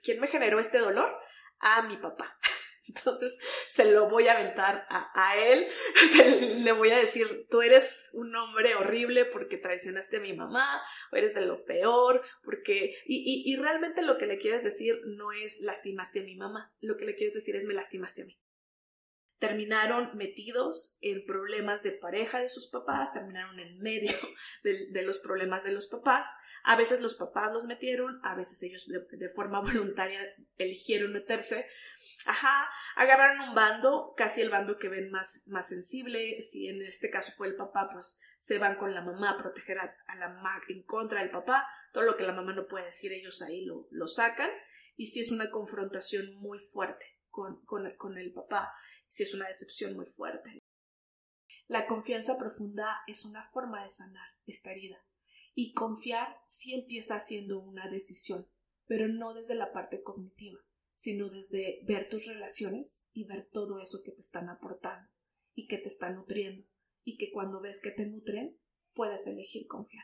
¿quién me generó este dolor? A mi papá. Entonces se lo voy a aventar a él, le voy a decir, tú eres un hombre horrible porque traicionaste a mi mamá, o eres de lo peor, porque... Y realmente lo que le quieres decir no es lastimaste a mi mamá, lo que le quieres decir es me lastimaste a mí. Terminaron metidos en problemas de pareja de sus papás, terminaron en medio de los problemas de los papás. A veces los papás los metieron, a veces ellos de forma voluntaria eligieron meterse. Agarraron un bando, casi el bando que ven más sensible. Si en este caso fue el papá, pues se van con la mamá a proteger a la mamá en contra del papá. Todo lo que la mamá no puede decir, ellos ahí lo sacan. Y si es una confrontación muy fuerte con el papá, si es una decepción muy fuerte. La confianza profunda es una forma de sanar esta herida. Y confiar sí empieza siendo una decisión, pero no desde la parte cognitiva, sino desde ver tus relaciones y ver todo eso que te están aportando y que te están nutriendo, y que cuando ves que te nutren, puedes elegir confiar.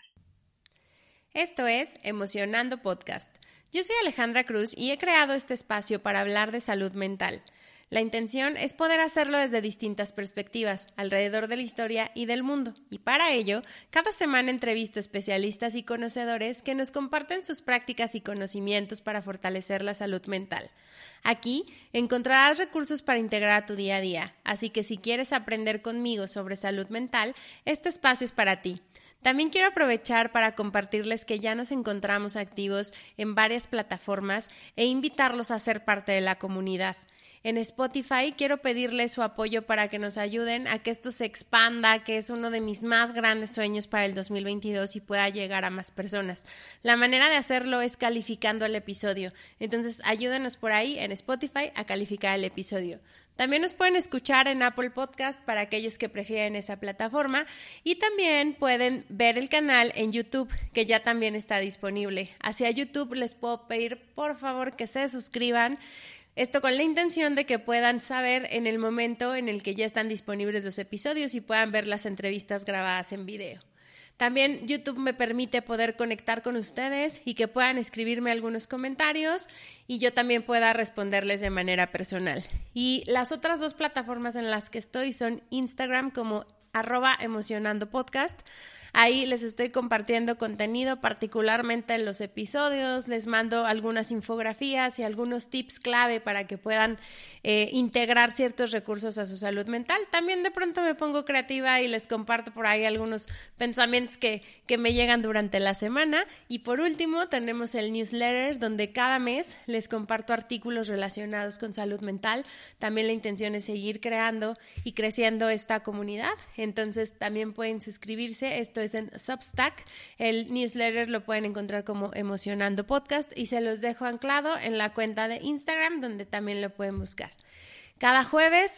Esto es Emocionando Podcast. Yo soy Alejandra Cruz y he creado este espacio para hablar de salud mental. La intención es poder hacerlo desde distintas perspectivas, alrededor de la historia y del mundo. Y para ello, cada semana entrevisto especialistas y conocedores que nos comparten sus prácticas y conocimientos para fortalecer la salud mental. Aquí encontrarás recursos para integrar a tu día a día, así que si quieres aprender conmigo sobre salud mental, este espacio es para ti. También quiero aprovechar para compartirles que ya nos encontramos activos en varias plataformas e invitarlos a ser parte de la comunidad. En Spotify quiero pedirles su apoyo para que nos ayuden a que esto se expanda, que es uno de mis más grandes sueños para el 2022 y pueda llegar a más personas. La manera de hacerlo es calificando el episodio. Entonces ayúdenos por ahí en Spotify a calificar el episodio. También nos pueden escuchar en Apple Podcast para aquellos que prefieren esa plataforma y también pueden ver el canal en YouTube, que ya también está disponible. Hacia YouTube les puedo pedir por favor que se suscriban. Esto con la intención de que puedan saber en el momento en el que ya están disponibles los episodios y puedan ver las entrevistas grabadas en video. También YouTube me permite poder conectar con ustedes y que puedan escribirme algunos comentarios y yo también pueda responderles de manera personal. Y las otras dos plataformas en las que estoy son Instagram como @emocionandopodcast. Ahí les estoy compartiendo contenido, particularmente en los episodios, les mando algunas infografías y algunos tips clave para que puedan integrar ciertos recursos a su salud mental. También de pronto me pongo creativa y les comparto por ahí algunos pensamientos que me llegan durante la semana. Y por último tenemos el newsletter donde cada mes les comparto artículos relacionados con salud mental. También la intención es seguir creando y creciendo esta comunidad. Entonces también pueden suscribirse. Esto es en Substack. El newsletter lo pueden encontrar como Emocionando Podcast y se los dejo anclado en la cuenta de Instagram donde también lo pueden buscar. Cada jueves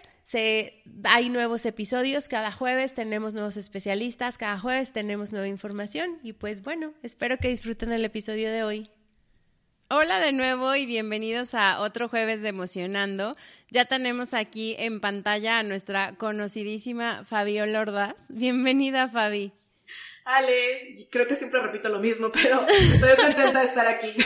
hay nuevos episodios, cada jueves tenemos nuevos especialistas, cada jueves tenemos nueva información y pues bueno, espero que disfruten el episodio de hoy. Hola de nuevo y bienvenidos a otro jueves de Emocionando. Ya tenemos aquí en pantalla a nuestra conocidísima Fabiola Ordaz. Bienvenida, Fabi. Ale, creo que siempre repito lo mismo, pero estoy contenta de estar aquí.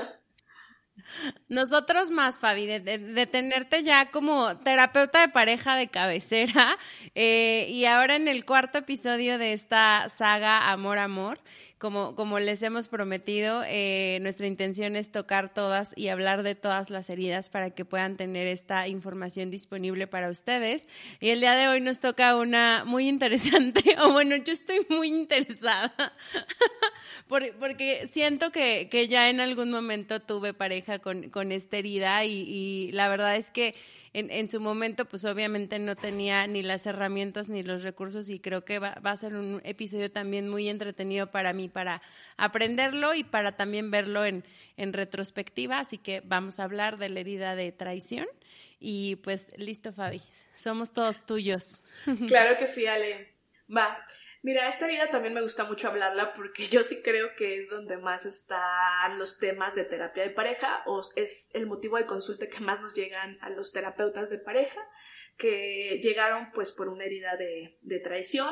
Nosotros más, Fabi, de tenerte ya como terapeuta de pareja de cabecera y ahora en el cuarto episodio de esta saga Amor, Amor. Como les hemos prometido, nuestra intención es tocar todas y hablar de todas las heridas para que puedan tener esta información disponible para ustedes. Y el día de hoy nos toca una muy interesante, o bueno, yo estoy muy interesada, porque siento que ya en algún momento tuve pareja con esta herida y la verdad es que en su momento pues obviamente no tenía ni las herramientas ni los recursos y creo que va a ser un episodio también muy entretenido para mí, para aprenderlo y para también verlo en retrospectiva, así que vamos a hablar de la herida de traición y pues listo, Fabi, somos todos tuyos. Claro que sí, Ale, va. Mira, esta herida también me gusta mucho hablarla porque yo sí creo que es donde más están los temas de terapia de pareja o es el motivo de consulta que más nos llegan a los terapeutas de pareja que llegaron pues por una herida de traición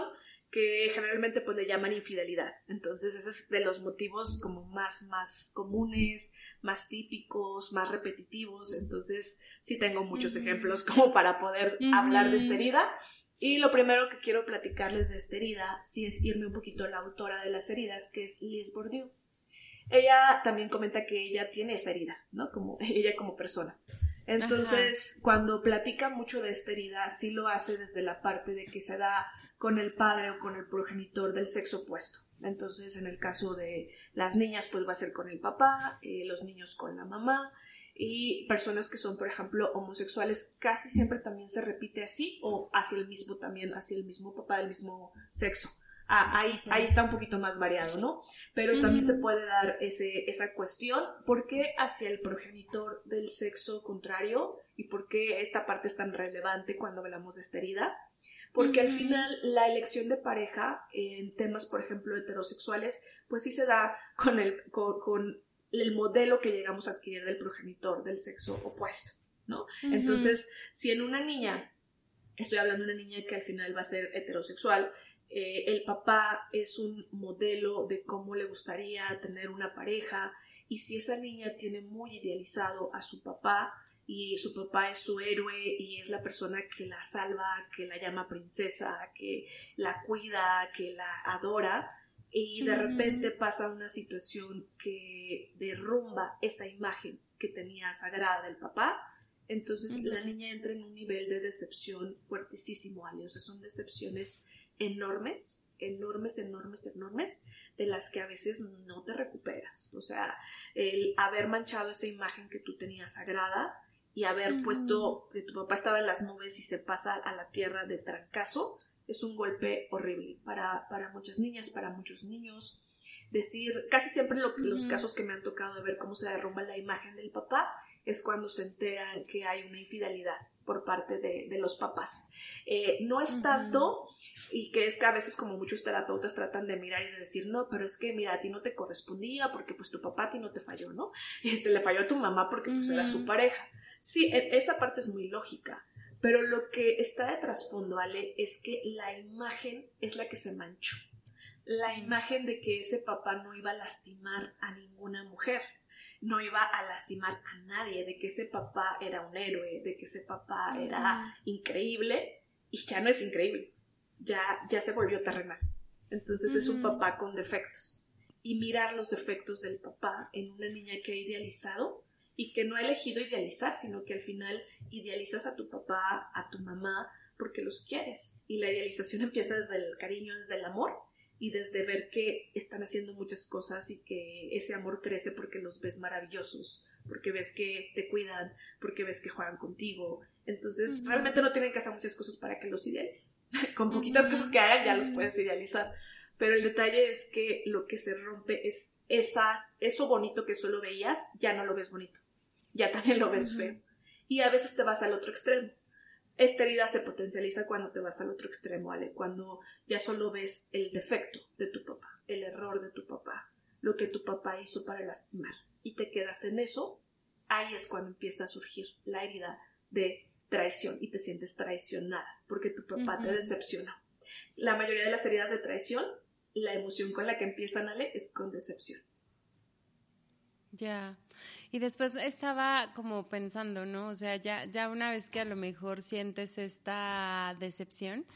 que generalmente pues le llaman infidelidad. Entonces ese es de los motivos como más comunes, más típicos, más repetitivos. Entonces sí tengo muchos ejemplos como para poder hablar de esta herida. Y lo primero que quiero platicarles de esta herida sí es irme un poquito a la autora de las heridas, que es Liz Bourdieu. Ella también comenta que ella tiene esta herida, ¿no? Como ella como persona. Entonces, cuando platica mucho de esta herida, sí lo hace desde la parte de que se da con el padre o con el progenitor del sexo opuesto. Entonces, en el caso de las niñas, pues va a ser con el papá, los niños con la mamá, y personas que son, por ejemplo, homosexuales, casi siempre también se repite así, o hacia el mismo también, hacia el mismo papá del mismo sexo. Ahí está un poquito más variado, ¿no? Pero también se puede dar esa cuestión. ¿Por qué hacia el progenitor del sexo contrario? ¿Y por qué esta parte es tan relevante cuando hablamos de esta herida? Porque al final la elección de pareja en temas, por ejemplo, heterosexuales, pues sí se da con el modelo que llegamos a adquirir del progenitor del sexo opuesto, ¿no? Entonces, si en una niña, estoy hablando de una niña que al final va a ser heterosexual, el papá es un modelo de cómo le gustaría tener una pareja, y si esa niña tiene muy idealizado a su papá y su papá es su héroe y es la persona que la salva, que la llama princesa, que la cuida, que la adora, y de repente pasa una situación que derrumba esa imagen que tenía sagrada del papá, entonces la niña entra en un nivel de decepción fuertísimo, Ale. O sea, son decepciones enormes, de las que a veces no te recuperas. O sea, el haber manchado esa imagen que tú tenías sagrada y haber puesto que tu papá estaba en las nubes y se pasa a la tierra de trancazo, es un golpe horrible para muchas niñas, para muchos niños. Decir, casi siempre los casos que me han tocado de ver cómo se derrumba la imagen del papá es cuando se enteran que hay una infidelidad por parte de los papás. No es tanto, y que es que a veces como muchos terapeutas tratan de mirar y de decir, no, pero es que mira, a ti no te correspondía porque pues tu papá a ti no te falló, ¿no? Le falló a tu mamá porque pues era su pareja. Sí, esa parte es muy lógica, pero lo que está de trasfondo, Ale, es que la imagen es la que se manchó. La imagen de que ese papá no iba a lastimar a ninguna mujer, no iba a lastimar a nadie, de que ese papá era un héroe, de que ese papá era increíble, y ya no es increíble, ya se volvió terrenal. Entonces es un papá con defectos. Y mirar los defectos del papá en una niña que ha idealizado y que no ha elegido idealizar, sino que al final idealizas a tu papá, a tu mamá, porque los quieres. Y la idealización empieza desde el cariño, desde el amor, y desde ver que están haciendo muchas cosas y que ese amor crece porque los ves maravillosos, porque ves que te cuidan, porque ves que juegan contigo. Entonces realmente no tienen que hacer muchas cosas para que los idealices. Con poquitas cosas que hagan ya los puedes idealizar, pero el detalle es que lo que se rompe es eso bonito que solo veías, ya no lo ves bonito, ya también lo ves feo, y a veces te vas al otro extremo. Esta herida se potencializa cuando te vas al otro extremo, Ale, cuando ya solo ves el defecto de tu papá, el error de tu papá, lo que tu papá hizo para lastimar, y te quedas en eso. Ahí es cuando empieza a surgir la herida de traición y te sientes traicionada porque tu papá te decepcionó. La mayoría de las heridas de traición, la emoción con la que empiezan, Ale, es con decepción. Ya, y después estaba como pensando, ¿no? O sea, ya una vez que a lo mejor sientes esta decepción,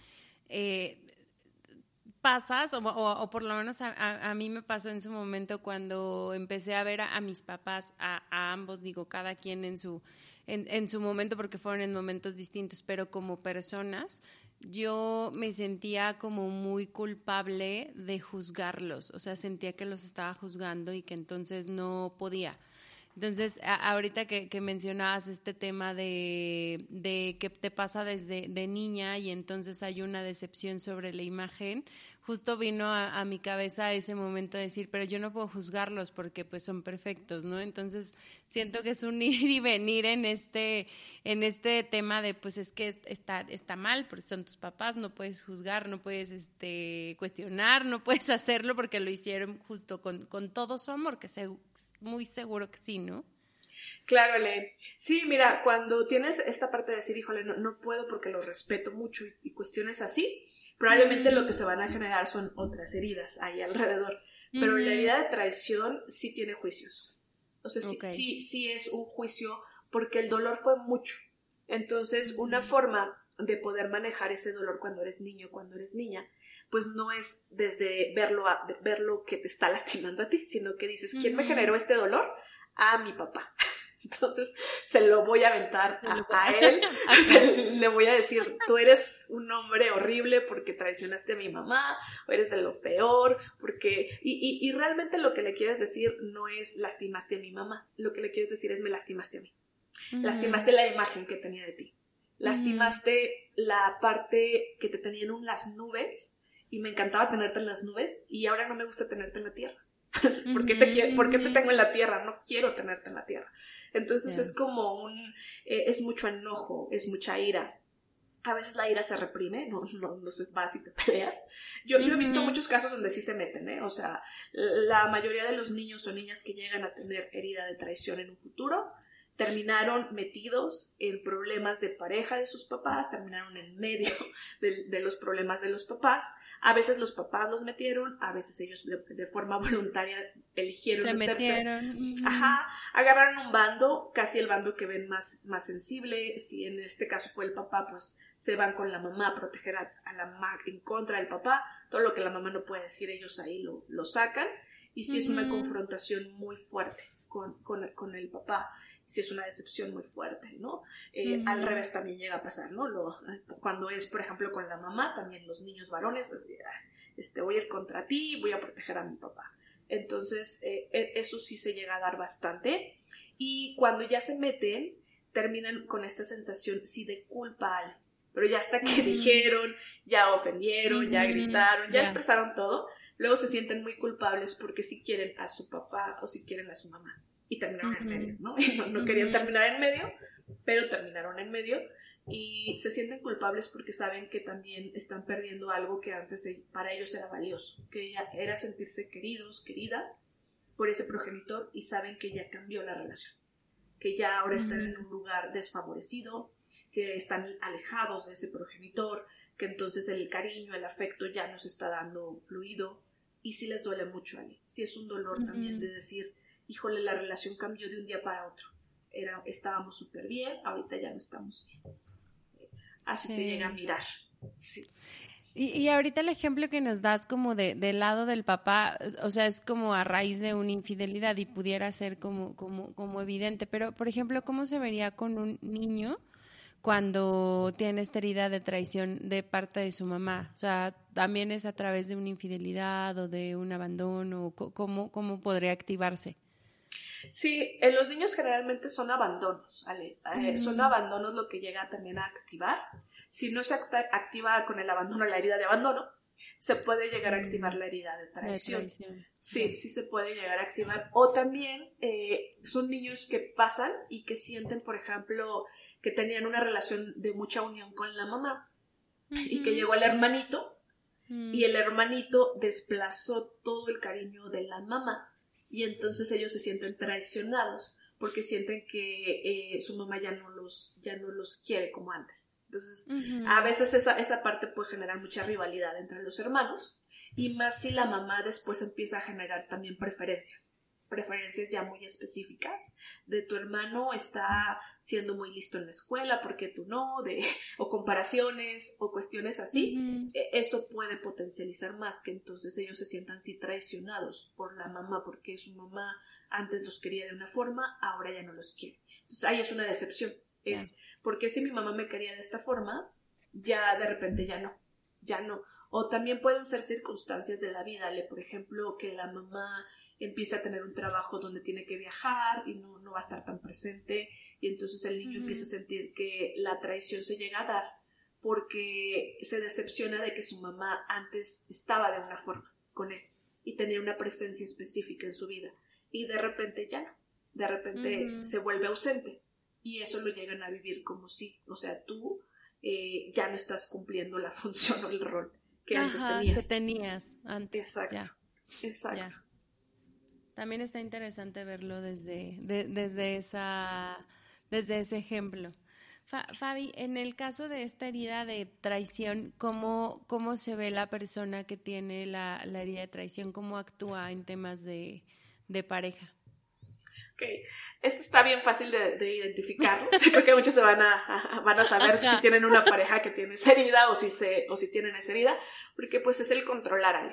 pasas, o por lo menos a mí me pasó en su momento cuando empecé a ver a mis papás, a ambos, digo, cada quien en su momento, porque fueron en momentos distintos, pero como personas, yo me sentía como muy culpable de juzgarlos, o sea, sentía que los estaba juzgando y que entonces no podía. Entonces, ahorita que mencionabas este tema de que te pasa desde de niña y entonces hay una decepción sobre la imagen, justo vino a mi cabeza ese momento de decir, pero yo no puedo juzgarlos porque pues son perfectos, ¿no? Entonces, siento que es un ir y venir en este tema de pues es que está mal, porque son tus papás, no puedes juzgar, no puedes cuestionar, no puedes hacerlo porque lo hicieron justo con todo su amor, que muy seguro que sí, ¿no? Claro, Ale. Sí, mira, cuando tienes esta parte de decir, híjole, no puedo porque lo respeto mucho y cuestiones así, Probablemente lo que se van a generar son otras heridas ahí alrededor, pero la herida de traición sí tiene juicios. O sea, sí es un juicio porque el dolor fue mucho. Entonces, una forma de poder manejar ese dolor cuando eres niño, cuando eres niña, pues no es desde verlo que te está lastimando a ti, sino que dices, ¿quién me generó este dolor? Mi papá. Entonces se lo voy a aventar a él, le voy a decir, tú eres un hombre horrible porque traicionaste a mi mamá, o eres de lo peor, porque... Y realmente lo que le quieres decir no es lastimaste a mi mamá, lo que le quieres decir es me lastimaste a mí. Lastimaste la imagen que tenía de ti, lastimaste la parte que te tenía en las nubes, y me encantaba tenerte en las nubes, y ahora no me gusta tenerte en la tierra. ¿Por qué te tengo en la tierra? No quiero tenerte en la tierra. Entonces es como es mucho enojo, es mucha ira. A veces la ira se reprime, no se va si te peleas. Yo he visto muchos casos donde sí se meten, o sea, la mayoría de los niños o niñas que llegan a tener herida de traición en un futuro terminaron metidos en problemas de pareja de sus papás, terminaron en medio de los problemas de los papás. A veces los papás los metieron, a veces ellos de forma voluntaria eligieron se meterse. Metieron. Agarraron un bando, casi el bando que ven más sensible. Si en este caso fue el papá, pues se van con la mamá a proteger a la mamá en contra del papá. Todo lo que la mamá no puede decir, ellos ahí lo sacan. Y sí es una confrontación muy fuerte con el papá. Sí es una decepción muy fuerte, ¿no? Al revés también llega a pasar, ¿no? Cuando es, por ejemplo, con la mamá, también los niños varones, voy a ir contra ti, voy a proteger a mi papá. Entonces, eso sí se llega a dar bastante. Y cuando ya se meten, terminan con esta sensación, sí, de culpa, pero ya hasta que dijeron, ya ofendieron, ya gritaron, ya expresaron todo, luego se sienten muy culpables porque sí quieren a su papá o sí quieren a su mamá. Y terminaron en medio, ¿no? No querían terminar en medio, pero terminaron en medio y se sienten culpables porque saben que también están perdiendo algo que antes para ellos era valioso, que era sentirse queridos, queridas por ese progenitor, y saben que ya cambió la relación, que ya ahora están en un lugar desfavorecido, que están alejados de ese progenitor, que entonces el cariño, el afecto ya no se está dando fluido, y sí les duele mucho a mí. Sí es un dolor también de decir, híjole, la relación cambió de un día para otro. Estábamos súper bien, ahorita ya no estamos bien. Así se llega a mirar. Sí. Y ahorita el ejemplo que nos das como del lado del papá, o sea, es como a raíz de una infidelidad y pudiera ser como evidente, pero, por ejemplo, ¿cómo se vería con un niño cuando tiene esta herida de traición de parte de su mamá? O sea, ¿también es a través de una infidelidad o de un abandono? ¿Cómo podría activarse? Sí, en los niños generalmente son abandonos, Ale. Son abandonos lo que llega también a activar. Si no se activa con el abandono, la herida de abandono, se puede llegar a activar la herida de traición. Sí se puede llegar a activar. O también son niños que pasan y que sienten, por ejemplo, que tenían una relación de mucha unión con la mamá y que llegó el hermanito y el hermanito desplazó todo el cariño de la mamá. Y entonces ellos se sienten traicionados porque sienten que su mamá ya no los quiere como antes. Entonces, a veces esa parte puede generar mucha rivalidad entre los hermanos, y más si la mamá después empieza a generar también preferencias ya muy específicas, de tu hermano está siendo muy listo en la escuela, ¿por qué tú no? O comparaciones o cuestiones así. Eso puede potencializar más que entonces ellos se sientan así traicionados por la mamá, porque su mamá antes los quería de una forma, ahora ya no los quiere. Entonces ahí es una decepción. Es porque si mi mamá me quería de esta forma, ya de repente ya no. O también pueden ser circunstancias de la vida, por ejemplo, que la mamá empieza a tener un trabajo donde tiene que viajar y no va a estar tan presente, y entonces el niño empieza a sentir que la traición se llega a dar porque se decepciona de que su mamá antes estaba de una forma con él y tenía una presencia específica en su vida, y de repente ya no, de repente se vuelve ausente, y eso lo llegan a vivir como si, o sea, tú ya no estás cumpliendo la función o el rol que antes tenías. Que tenías antes. Exacto. Ya. También está interesante verlo desde ese ejemplo. Fabi, en el caso de esta herida de traición, ¿cómo se ve la persona que tiene la herida de traición? ¿Cómo actúa en temas de pareja? Okay. Esto está bien fácil de identificar. Creo que muchos se van a saber si tienen una pareja que tiene esa herida o si tienen esa herida, porque pues es el controlar a él.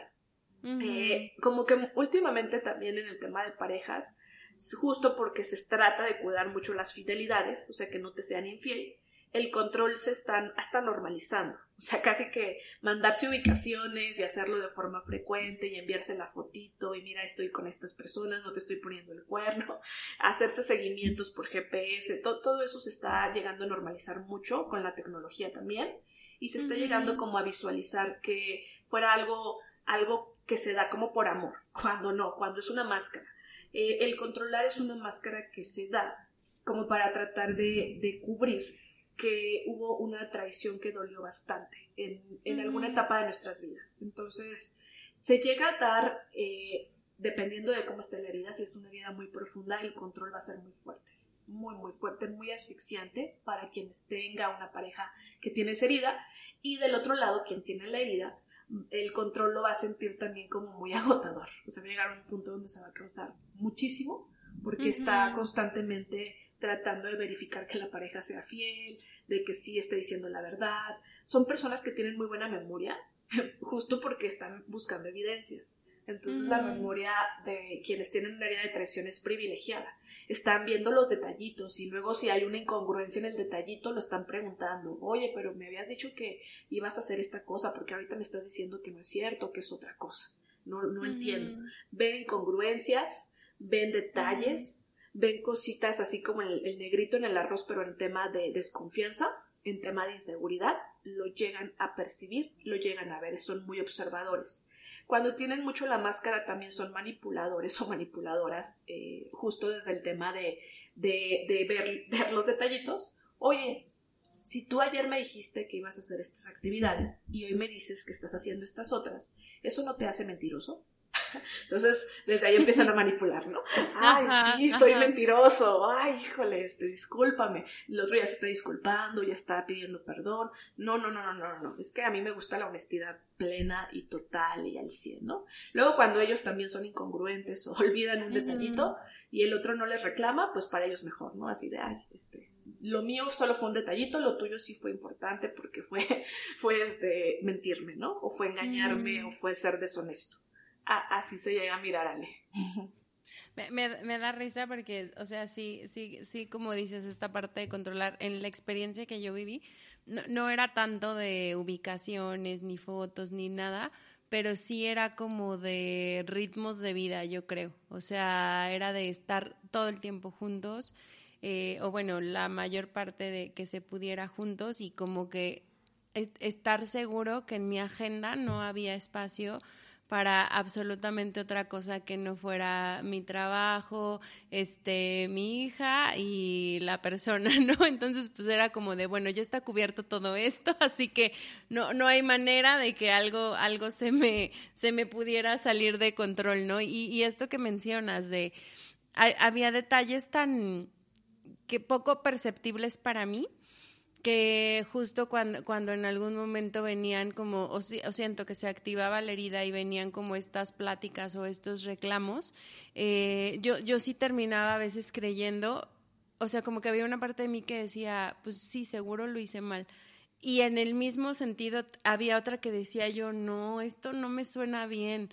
Uh-huh. Como que últimamente también en el tema de parejas, justo porque se trata de cuidar mucho las fidelidades, o sea, que no te sean infiel, el control se está hasta normalizando. O sea, casi que mandarse ubicaciones y hacerlo de forma frecuente y enviarse la fotito y mira, estoy con estas personas, no te estoy poniendo el cuerno, hacerse seguimientos por GPS, todo eso se está llegando a normalizar mucho con la tecnología también y se está llegando como a visualizar que fuera algo que se da como por amor, cuando no, cuando es una máscara. El controlar es una máscara que se da como para tratar de cubrir que hubo una traición que dolió bastante en alguna etapa de nuestras vidas. Entonces, se llega a dar, dependiendo de cómo esté la herida, si es una herida muy profunda, el control va a ser muy fuerte, muy fuerte, muy asfixiante para quienes tenga una pareja que tiene esa herida, y del otro lado, quien tiene la herida, el control lo va a sentir también como muy agotador. O sea, va a llegar a un punto donde se va a cansar muchísimo, porque está constantemente tratando de verificar que la pareja sea fiel, de que sí esté diciendo la verdad. Son personas que tienen muy buena memoria, justo porque están buscando evidencias. Entonces la memoria de quienes tienen una herida de traición es privilegiada. Están viendo los detallitos y luego si hay una incongruencia en el detallito lo están preguntando. Oye, pero me habías dicho que ibas a hacer esta cosa porque ahorita me estás diciendo que no es cierto, que es otra cosa. No entiendo. Ven incongruencias, ven detalles, ven cositas así como el negrito en el arroz, pero en tema de desconfianza, en tema de inseguridad, lo llegan a percibir, lo llegan a ver, son muy observadores. Cuando tienen mucho la máscara también son manipuladores o manipuladoras, justo desde el tema de ver los detallitos. Oye, si tú ayer me dijiste que ibas a hacer estas actividades y hoy me dices que estás haciendo estas otras, ¿eso no te hace mentiroso? Entonces, desde ahí empiezan a manipular, ¿no? Ay, sí, soy mentiroso. Ay, híjole, discúlpame. El otro ya se está disculpando, ya está pidiendo perdón. No. Es que a mí me gusta la honestidad plena y total y al 100, ¿no? Luego, cuando ellos también son incongruentes o olvidan un detallito y el otro no les reclama, pues para ellos mejor, ¿no? Así de, ay, lo mío solo fue un detallito, lo tuyo sí fue importante porque fue mentirme, ¿no? O fue engañarme o fue ser deshonesto. Así se llega a mirar, Ale. Me da risa porque, o sea, sí, como dices, esta parte de controlar, en la experiencia que yo viví, no era tanto de ubicaciones, ni fotos, ni nada, pero sí era como de ritmos de vida, yo creo. O sea, era de estar todo el tiempo juntos, o bueno, la mayor parte de que se pudiera juntos y como que estar seguro que en mi agenda no había espacio para absolutamente otra cosa que no fuera mi trabajo, mi hija y la persona, ¿no? Entonces, pues era como de, bueno, ya está cubierto todo esto, así que no hay manera de que algo se me pudiera salir de control, ¿no? Y esto que mencionas de, había detalles tan que poco perceptibles para mí, que justo cuando en algún momento venían como, o siento que se activaba la herida y venían como estas pláticas o estos reclamos, yo sí terminaba a veces creyendo, o sea, como que había una parte de mí que decía, pues sí, seguro lo hice mal. Y en el mismo sentido había otra que decía yo, no, esto no me suena bien,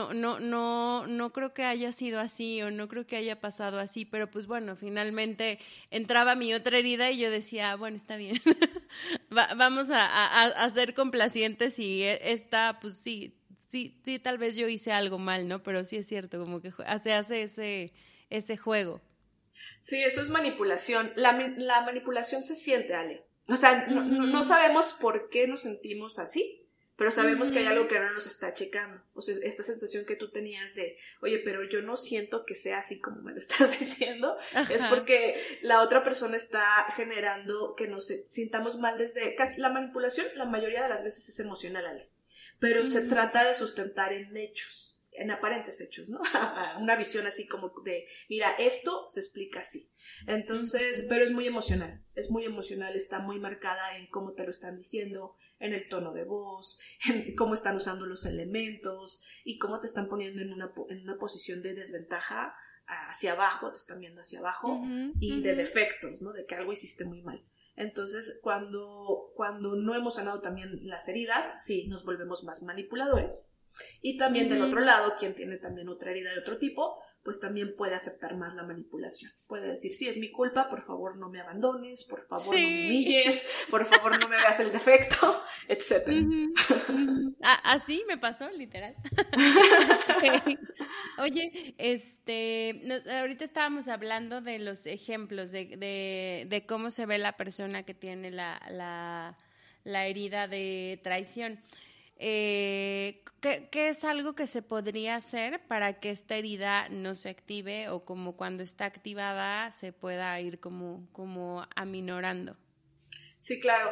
no creo que haya sido así o no creo que haya pasado así, pero pues bueno, finalmente entraba mi otra herida y yo decía, bueno, está bien, vamos a ser complacientes y esta, pues sí, tal vez yo hice algo mal, ¿no? Pero sí es cierto, como que se hace ese juego. Sí, eso es manipulación. La manipulación se siente, Ale. O sea, no sabemos por qué nos sentimos así, pero sabemos que hay algo que no nos está checando. O sea, esta sensación que tú tenías de, oye, pero yo no siento que sea así como me lo estás diciendo, es porque la otra persona está generando que nos sintamos mal desde... La manipulación, la mayoría de las veces es emocional, Ale, pero se trata de sustentar en hechos. en aparentes hechos, ¿no? Una visión así como de, mira, esto se explica así. Entonces, pero es muy emocional, está muy marcada en cómo te lo están diciendo, en el tono de voz, en cómo están usando los elementos y cómo te están poniendo en una posición de desventaja hacia abajo, te están viendo hacia abajo, y de defectos, ¿no? De que algo hiciste muy mal. Entonces, cuando no hemos sanado también las heridas, sí, nos volvemos más manipuladores. Y también del otro lado, quien tiene también otra herida de otro tipo, pues también puede aceptar más la manipulación. Puede decir, sí, es mi culpa, por favor no me abandones, por favor no me humilles, por favor no me veas el defecto, etc. Así me pasó, literal. Oye, ahorita estábamos hablando de los ejemplos de cómo se ve la persona que tiene la herida de traición. ¿Qué es algo que se podría hacer para que esta herida no se active o como cuando está activada se pueda ir como aminorando? Sí, claro.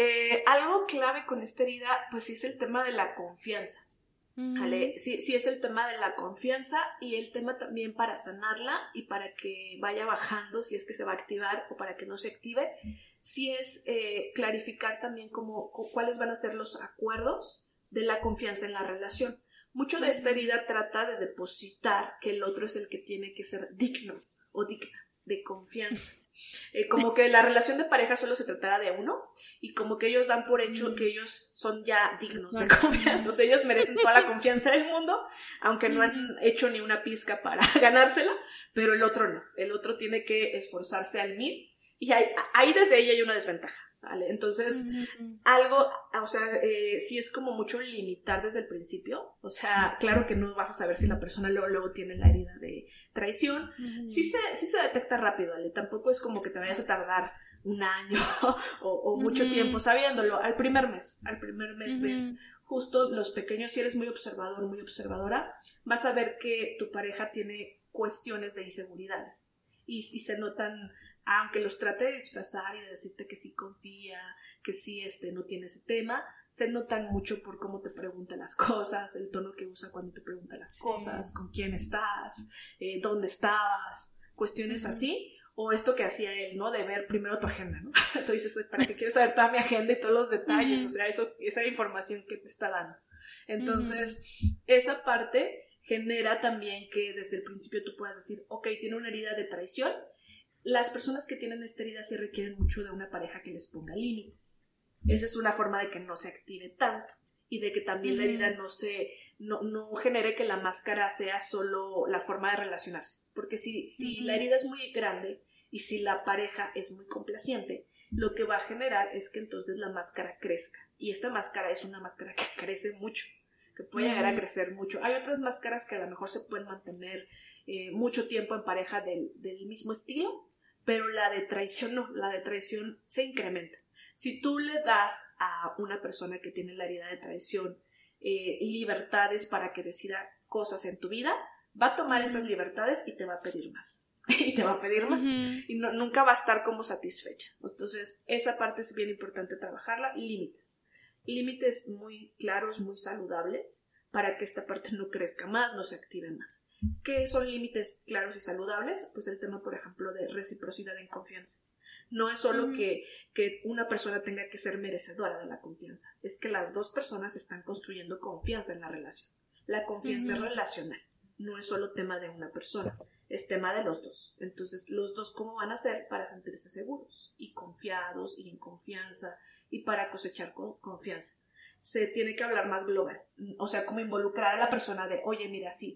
Algo clave con esta herida, pues sí es el tema de la confianza. ¿Vale? Sí es el tema de la confianza y el tema también para sanarla y para que vaya bajando si es que se va a activar o para que no se active. Sí es clarificar también cuáles van a ser los acuerdos de la confianza en la relación. Mucho de esta herida trata de depositar que el otro es el que tiene que ser digno o digna de confianza. Como que la relación de pareja solo se tratará de uno y como que ellos dan por hecho que ellos son ya dignos de confianza, o sea, ellos merecen toda la confianza del mundo, aunque no han hecho ni una pizca para ganársela, pero el otro no, el otro tiene que esforzarse al 1000 y ahí desde ahí hay una desventaja. ¿Vale? Entonces, algo, o sea, sí es como mucho limitar desde el principio, o sea, claro que no vas a saber si la persona luego tiene la herida de traición, sí se detecta rápido, ¿vale? Tampoco es como que te vayas a tardar un año o mucho tiempo sabiéndolo, al primer mes ves justo los pequeños, si eres muy observador, muy observadora, vas a ver que tu pareja tiene cuestiones de inseguridades y se notan. Aunque los trate de disfrazar y de decirte que sí confía, que sí no tiene ese tema, se notan mucho por cómo te pregunta las cosas, el tono que usa cuando te pregunta las cosas, con quién estás, dónde estabas, cuestiones así, o esto que hacía él, ¿no? De ver primero tu agenda, ¿no? Tú dices, ¿para qué quieres saber toda mi agenda y todos los detalles? O sea, esa información que te está dando. Entonces, esa parte genera también que desde el principio tú puedas decir, ok, tiene una herida de traición. Las personas que tienen esta herida sí requieren mucho de una pareja que les ponga límites. Esa es una forma de que no se active tanto y de que también la herida no genere que la máscara sea solo la forma de relacionarse. Porque si la herida es muy grande y si la pareja es muy complaciente, lo que va a generar es que entonces la máscara crezca. Y esta máscara es una máscara que crece mucho, que puede llegar a crecer mucho. Hay otras máscaras que a lo mejor se pueden mantener mucho tiempo en pareja del mismo estilo, pero la de traición no, la de traición se incrementa. Si tú le das a una persona que tiene la herida de traición libertades para que decida cosas en tu vida, va a tomar esas libertades y te va a pedir más. Y te va a pedir más. Y nunca va a estar como satisfecha. Entonces, esa parte es bien importante trabajarla. Límites. Límites muy claros, muy saludables, para que esta parte no crezca más, no se active más. ¿Qué son límites claros y saludables? Pues el tema, por ejemplo, de reciprocidad en confianza. No es solo que una persona tenga que ser merecedora de la confianza, es que las dos personas están construyendo confianza en la relación. La confianza es relacional, no es solo tema de una persona, es tema de los dos. Entonces, los dos, ¿cómo van a hacer para sentirse seguros y confiados y en confianza y para cosechar confianza? Se tiene que hablar más global, o sea, como involucrar a la persona de, oye, mira, sí,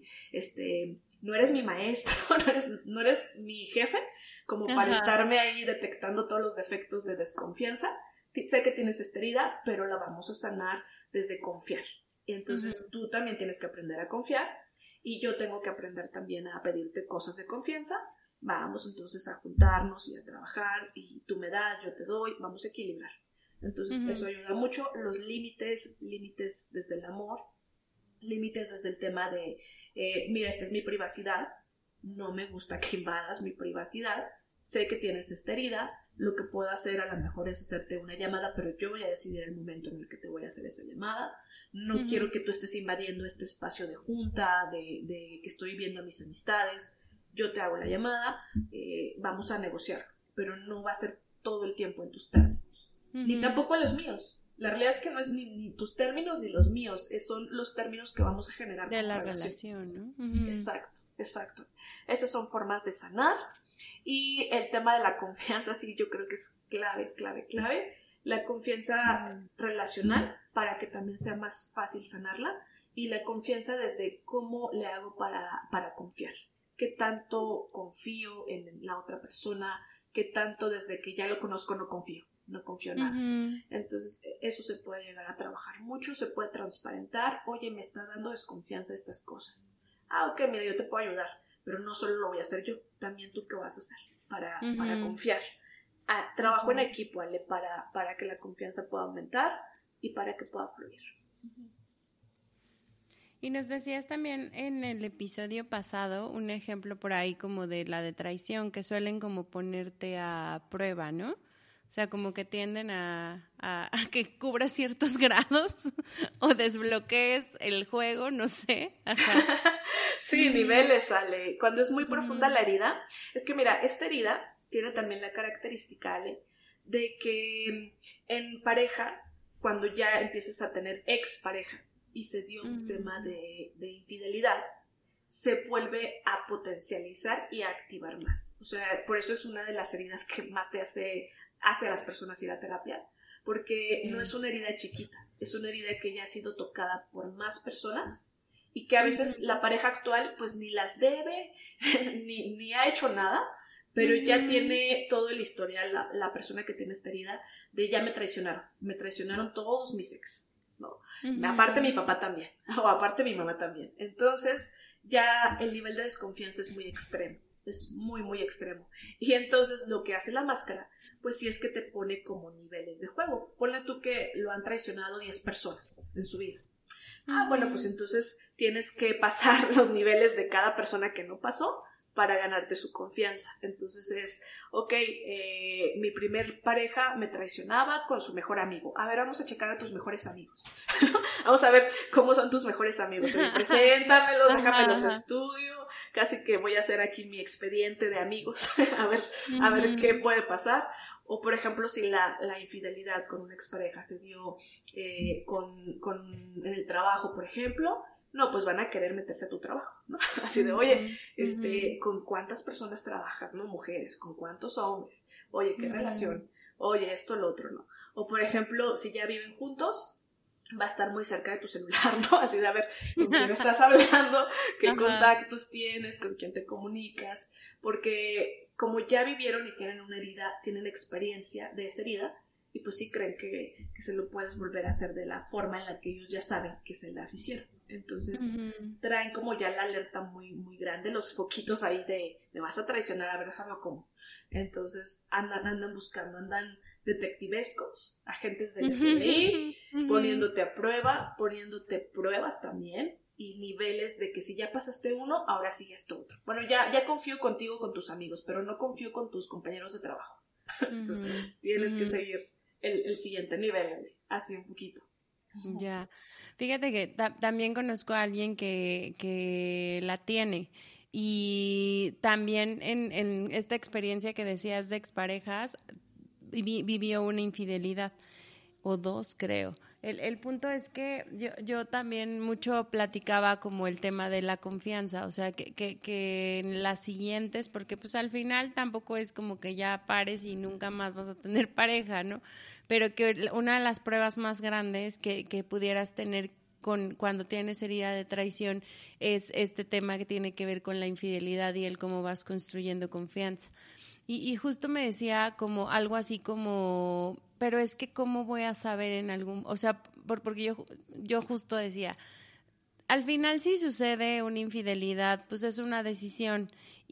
no eres mi maestro, no eres mi jefe, como para estarme ahí detectando todos los defectos de desconfianza. Sé que tienes esta herida, pero la vamos a sanar desde confiar. Y entonces tú también tienes que aprender a confiar y yo tengo que aprender también a pedirte cosas de confianza. Vamos entonces a juntarnos y a trabajar y tú me das, yo te doy, vamos a equilibrar. Entonces eso ayuda mucho. Los límites desde el amor, límites desde el tema de, mira, esta es mi privacidad, no me gusta que invadas mi privacidad, sé que tienes esta herida, lo que puedo hacer a lo mejor es hacerte una llamada, pero yo voy a decidir el momento en el que te voy a hacer esa llamada, no quiero que tú estés invadiendo este espacio de junta, de que estoy viendo a mis amistades, yo te hago la llamada, vamos a negociar, pero no va a ser todo el tiempo en tus términos, ni tampoco en los míos. La realidad es que no es ni tus términos ni los míos, son los términos que vamos a generar de la relación, ¿no? Exacto. Esas son formas de sanar. Y el tema de la confianza, sí, yo creo que es clave. La confianza relacional, para que también sea más fácil sanarla, y la confianza desde cómo le hago para confiar. ¿Qué tanto confío en la otra persona? ¿Qué tanto desde que ya lo conozco no confío nada? Entonces eso se puede llegar a trabajar mucho, se puede transparentar. Oye, me está dando desconfianza estas cosas. Ok, mira, yo te puedo ayudar, pero no solo lo voy a hacer yo, también tú qué vas a hacer para confiar. Trabajo en equipo, Ale, para que la confianza pueda aumentar y para que pueda fluir. Y nos decías también en el episodio pasado un ejemplo por ahí como de la de traición, que suelen como ponerte a prueba, ¿no? O sea, como que tienden a que cubras ciertos grados o desbloquees el juego, no sé. Ajá. Sí, niveles, Ale. Cuando es muy profunda la herida, es que mira, esta herida tiene también la característica, Ale, de que en parejas, cuando ya empiezas a tener exparejas y se dio un tema de infidelidad, se vuelve a potencializar y a activar más. O sea, por eso es una de las heridas que más te hace a las personas ir a terapia, porque no es una herida chiquita, es una herida que ya ha sido tocada por más personas y que a veces la pareja actual pues ni las debe, ni ha hecho nada, pero ya tiene todo el historial, la persona que tiene esta herida, de ya me traicionaron todos mis ex, ¿no? Aparte mi papá también, o aparte mi mamá también. Entonces ya el nivel de desconfianza es muy extremo, es muy, muy extremo. Y entonces lo que hace la máscara, pues sí es que te pone como niveles de juego. Ponle tú que lo han traicionado 10 personas en su vida. Bueno, pues entonces tienes que pasar los niveles de cada persona que no pasó para ganarte su confianza. Entonces es, mi primer pareja me traicionaba con su mejor amigo. A ver, vamos a checar a tus mejores amigos. Vamos a ver cómo son tus mejores amigos. Preséntamelos, déjamelos estudio. Casi que voy a hacer aquí mi expediente de amigos. a ver qué puede pasar. O, por ejemplo, si la infidelidad con una expareja se dio en el trabajo, por ejemplo, no, pues van a querer meterse a tu trabajo, ¿no? Así de, oye, ¿con cuántas personas trabajas, no? Mujeres, ¿con cuántos hombres? Oye, ¿qué relación? Oye, esto, lo otro, ¿no? O, por ejemplo, si ya viven juntos, va a estar muy cerca de tu celular, ¿no? Así de, a ver, ¿con quién estás hablando? ¿Qué contactos tienes? ¿Con quién te comunicas? Porque como ya vivieron y tienen una herida, tienen experiencia de esa herida, y pues sí creen que se lo puedes volver a hacer de la forma en la que ellos ya saben que se las hicieron. Entonces traen como ya la alerta muy, muy grande, los foquitos ahí de me vas a traicionar, a ver, déjame cómo. Entonces andan buscando, andan detectivescos, agentes del FBI, poniéndote a prueba, poniéndote pruebas también, y niveles de que si ya pasaste uno, ahora sigue esto otro. Bueno, ya confío contigo, con tus amigos, pero no confío con tus compañeros de trabajo. Entonces, tienes que seguir el siguiente nivel, así un poquito. Ya, fíjate que también conozco a alguien que la tiene, y también en esta experiencia que decías de exparejas vivió una infidelidad o dos, creo. El punto es que yo también mucho platicaba como el tema de la confianza, o sea, que en las siguientes, porque pues al final tampoco es como que ya pares y nunca más vas a tener pareja, ¿no? Pero que una de las pruebas más grandes que pudieras tener cuando tienes herida de traición es este tema que tiene que ver con la infidelidad y el cómo vas construyendo confianza. Y justo me decía como algo así como, pero es que cómo voy a saber en algún, o sea, porque yo justo decía, al final si sucede una infidelidad, pues es una decisión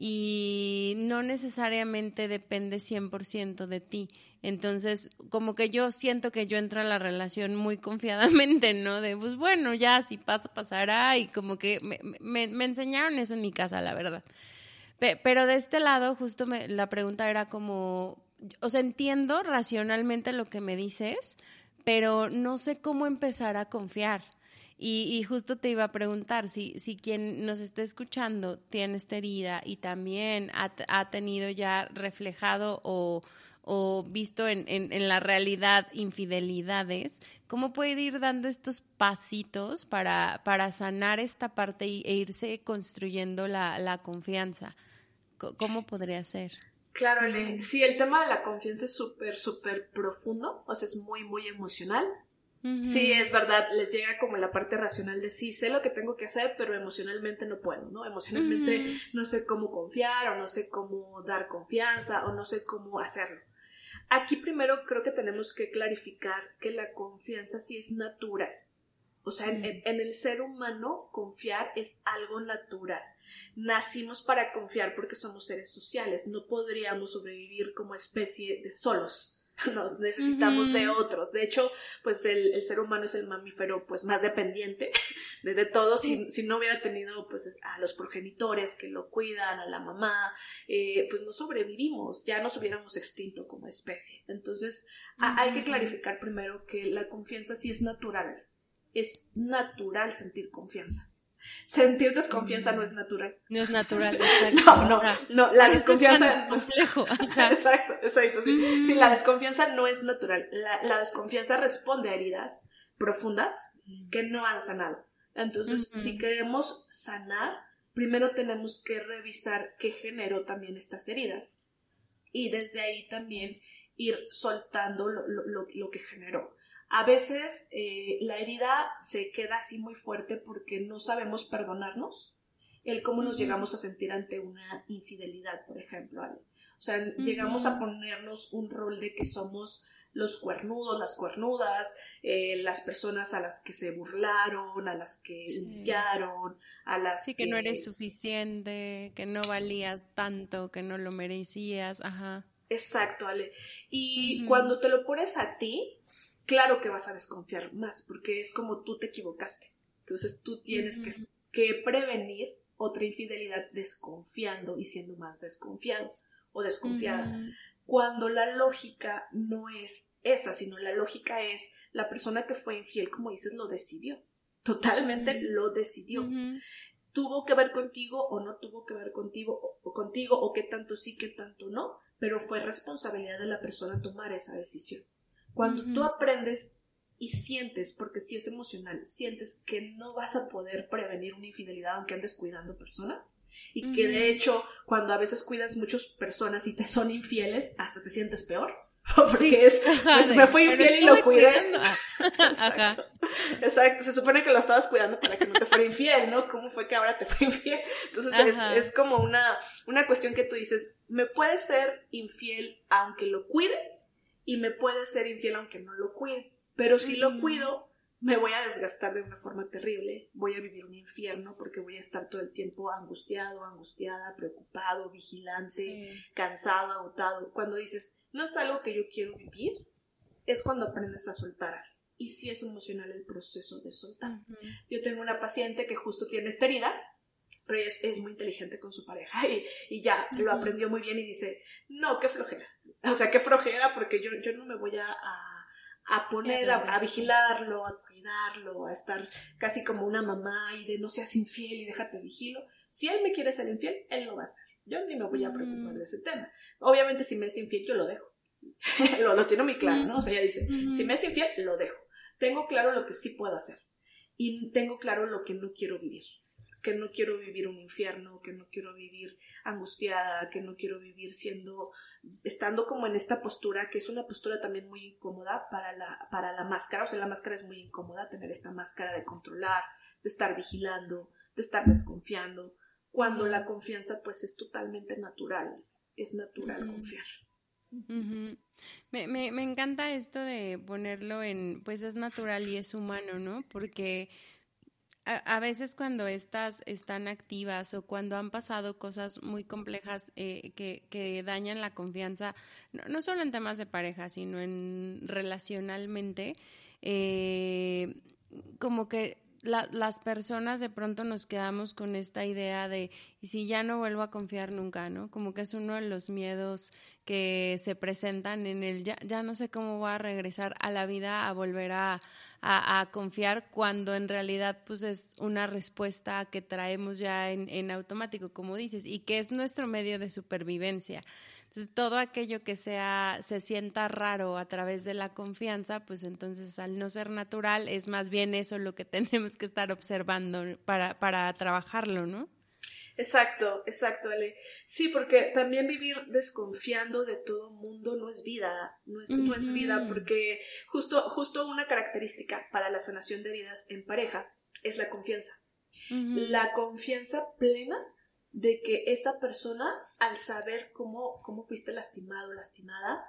y no necesariamente depende 100% de ti. Entonces, como que yo siento que yo entro a la relación muy confiadamente, ¿no? De, pues bueno, ya si pasa, pasará, y como que me enseñaron eso en mi casa, la verdad. Pero de este lado, justo la pregunta era como, o sea, entiendo racionalmente lo que me dices, pero no sé cómo empezar a confiar. Y justo te iba a preguntar si quien nos está escuchando tiene esta herida y también ha tenido ya reflejado o visto en la realidad infidelidades, ¿cómo puede ir dando estos pasitos para sanar esta parte e irse construyendo la confianza? ¿Cómo podría ser? Claro, sí, el tema de la confianza es súper, súper profundo, o sea, es muy, muy emocional. Uh-huh. Sí, es verdad, les llega como la parte racional de sí, sé lo que tengo que hacer, pero emocionalmente no puedo, ¿no? Emocionalmente no sé cómo confiar, o no sé cómo dar confianza, o no sé cómo hacerlo. Aquí primero creo que tenemos que clarificar que la confianza sí es natural. O sea, en el ser humano confiar es algo natural. Nacimos para confiar porque somos seres sociales. No podríamos sobrevivir como especie de solos. Nos necesitamos de otros. De hecho, pues el ser humano es el mamífero pues más dependiente de todo. Sí. Si no hubiera tenido pues a los progenitores que lo cuidan, a la mamá, pues no sobrevivimos, ya nos hubiéramos extinto como especie. Entonces hay que clarificar primero que la confianza sí es natural. Es natural sentir confianza. Sentir desconfianza no es natural. No es natural, exacto. No, la desconfianza... Es complejo. Ajá. Exacto, sí. Sí, la desconfianza no es natural. La desconfianza responde a heridas profundas que no han sanado. Entonces, si queremos sanar, primero tenemos que revisar qué generó también estas heridas. Y desde ahí también ir soltando lo que generó. A veces la herida se queda así muy fuerte porque no sabemos perdonarnos el cómo nos llegamos a sentir ante una infidelidad, por ejemplo, Ale. O sea, llegamos a ponernos un rol de que somos los cuernudos, las cuernudas, las personas a las que se burlaron, a las que humillaron, a las que no eres suficiente, que no valías tanto, que no lo merecías, ajá. Exacto, Ale. Y cuando te lo pones a ti, claro que vas a desconfiar más, porque es como tú te equivocaste. Entonces tú tienes que prevenir otra infidelidad desconfiando y siendo más desconfiado o desconfiada. Cuando la lógica no es esa, sino la lógica es la persona que fue infiel, como dices, lo decidió. Totalmente lo decidió. Tuvo que ver contigo o no tuvo que ver contigo, o qué tanto sí, qué tanto no, pero fue responsabilidad de la persona tomar esa decisión. Cuando tú aprendes y sientes, porque sí es emocional, sientes que no vas a poder prevenir una infidelidad aunque andes cuidando personas, y que de hecho cuando a veces cuidas muchas personas y te son infieles, hasta te sientes peor, porque pues me fui infiel y lo cuidé. Exacto, se supone que lo estabas cuidando para que no te fuera infiel, ¿no? ¿Cómo fue que ahora te fue infiel? Entonces es como una cuestión que tú dices, me puede ser infiel aunque lo cuide, y me puede ser infiel aunque no lo cuide, pero si lo cuido me voy a desgastar de una forma terrible, voy a vivir un infierno porque voy a estar todo el tiempo angustiado, angustiada, preocupado, vigilante, cansado, agotado. Cuando dices, no es algo que yo quiero vivir, es cuando aprendes a soltar. Y sí es emocional el proceso de soltar. Yo tengo una paciente que justo tiene esta herida, pero ella es muy inteligente con su pareja y ya lo aprendió muy bien y dice, no, qué flojera. O sea, qué flojera porque yo no me voy a poner a vigilarlo, a cuidarlo, a estar casi como una mamá y de no seas infiel y déjate vigilo. Si él me quiere ser infiel, él lo va a hacer. Yo ni me voy a preocupar de ese tema. Obviamente si me es infiel, yo lo dejo. lo tiene muy claro, ¿no? O sea, ella dice, si me es infiel, lo dejo. Tengo claro lo que sí puedo hacer y tengo claro lo que no quiero vivir. Que no quiero vivir un infierno, que no quiero vivir angustiada, que no quiero vivir estando como en esta postura, que es una postura también muy incómoda para la máscara. O sea, la máscara es muy incómoda, tener esta máscara de controlar, de estar vigilando, de estar desconfiando, cuando la confianza pues es totalmente natural, es natural confiar. Me encanta esto de ponerlo en, pues es natural y es humano, ¿no? Porque a veces cuando estas están activas o cuando han pasado cosas muy complejas que dañan la confianza, no solo en temas de pareja, sino en relacionalmente, como que las personas de pronto nos quedamos con esta idea de, ¿y si ya no vuelvo a confiar nunca, no? Como que es uno de los miedos que se presentan en el, ya no sé cómo voy a regresar a la vida, a volver a a confiar cuando en realidad pues es una respuesta que traemos ya en automático, como dices, y que es nuestro medio de supervivencia. Entonces, todo aquello que se sienta raro a través de la confianza, pues entonces al no ser natural es más bien eso lo que tenemos que estar observando para trabajarlo, ¿no? Exacto, Ale. Sí, porque también vivir desconfiando de todo mundo no es vida, no es vida, porque justo una característica para la sanación de heridas en pareja es la confianza. La confianza plena de que esa persona, al saber cómo fuiste lastimado o lastimada,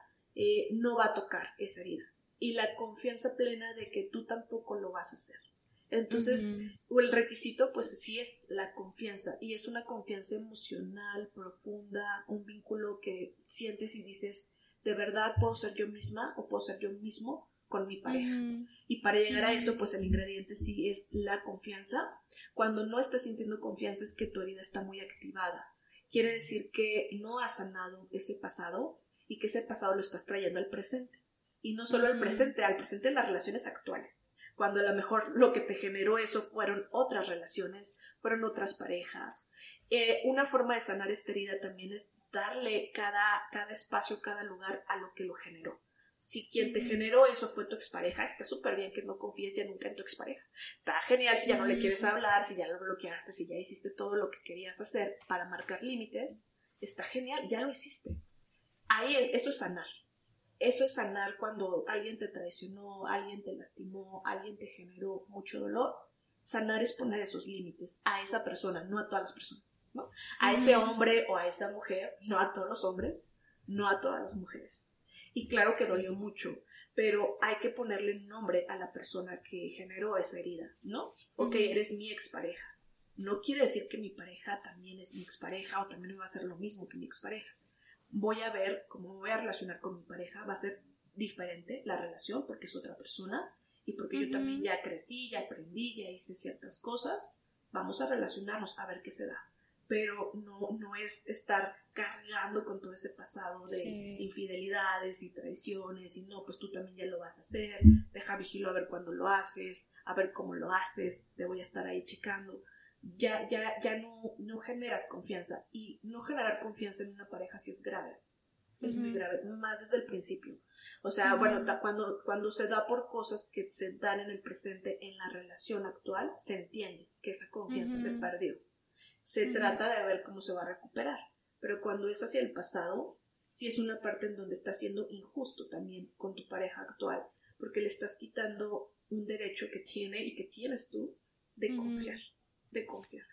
no va a tocar esa herida. Y la confianza plena de que tú tampoco lo vas a hacer. Entonces, el requisito pues sí es la confianza, y es una confianza emocional, profunda, un vínculo que sientes y dices, de verdad puedo ser yo misma o puedo ser yo mismo con mi pareja. Y para llegar a eso, pues el ingrediente sí es la confianza. Cuando no estás sintiendo confianza es que tu herida está muy activada. Quiere decir que no has sanado ese pasado y que ese pasado lo estás trayendo al presente. Y no solo al presente de las relaciones actuales. Cuando a lo mejor lo que te generó eso fueron otras relaciones, fueron otras parejas. Una forma de sanar esta herida también es darle cada espacio, cada lugar a lo que lo generó. Si quien te generó eso fue tu expareja, está súper bien que no confíes ya nunca en tu expareja. Está genial si ya no le quieres hablar, si ya lo bloqueaste, si ya hiciste todo lo que querías hacer para marcar límites. Está genial, ya lo hiciste. Ahí eso es sanar. Eso es sanar cuando alguien te traicionó, alguien te lastimó, alguien te generó mucho dolor. Sanar es poner esos límites a esa persona, no a todas las personas, ¿no? A ese hombre o a esa mujer, no a todos los hombres, no a todas las mujeres. Y claro que dolió mucho, pero hay que ponerle nombre a la persona que generó esa herida, ¿no? Ok, eres mi expareja. No quiere decir que mi pareja también es mi expareja o también me va a hacer lo mismo que mi expareja. Voy a ver cómo me voy a relacionar con mi pareja, va a ser diferente la relación porque es otra persona y porque yo también ya crecí, ya aprendí, ya hice ciertas cosas. Vamos a relacionarnos a ver qué se da, pero no es estar cargando con todo ese pasado de infidelidades y traiciones y no, pues tú también ya lo vas a hacer, deja vigilo a ver cuándo lo haces, a ver cómo lo haces, te voy a estar ahí checando. Ya no generas confianza, y no generar confianza en una pareja sí es grave, es muy grave, más desde el principio. O sea, bueno, cuando se da por cosas que se dan en el presente en la relación actual, se entiende que esa confianza se perdió. Se trata de ver cómo se va a recuperar, pero cuando es hacia el pasado, sí es una parte en donde estás siendo injusto también con tu pareja actual, porque le estás quitando un derecho que tiene y que tienes tú de confiar. De confiar.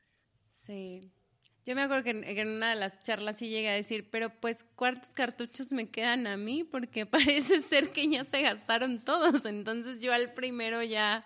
Sí. Yo me acuerdo que en una de las charlas sí llegué a decir, pero pues ¿cuántos cartuchos me quedan a mí? Porque parece ser que ya se gastaron todos, entonces yo al primero ya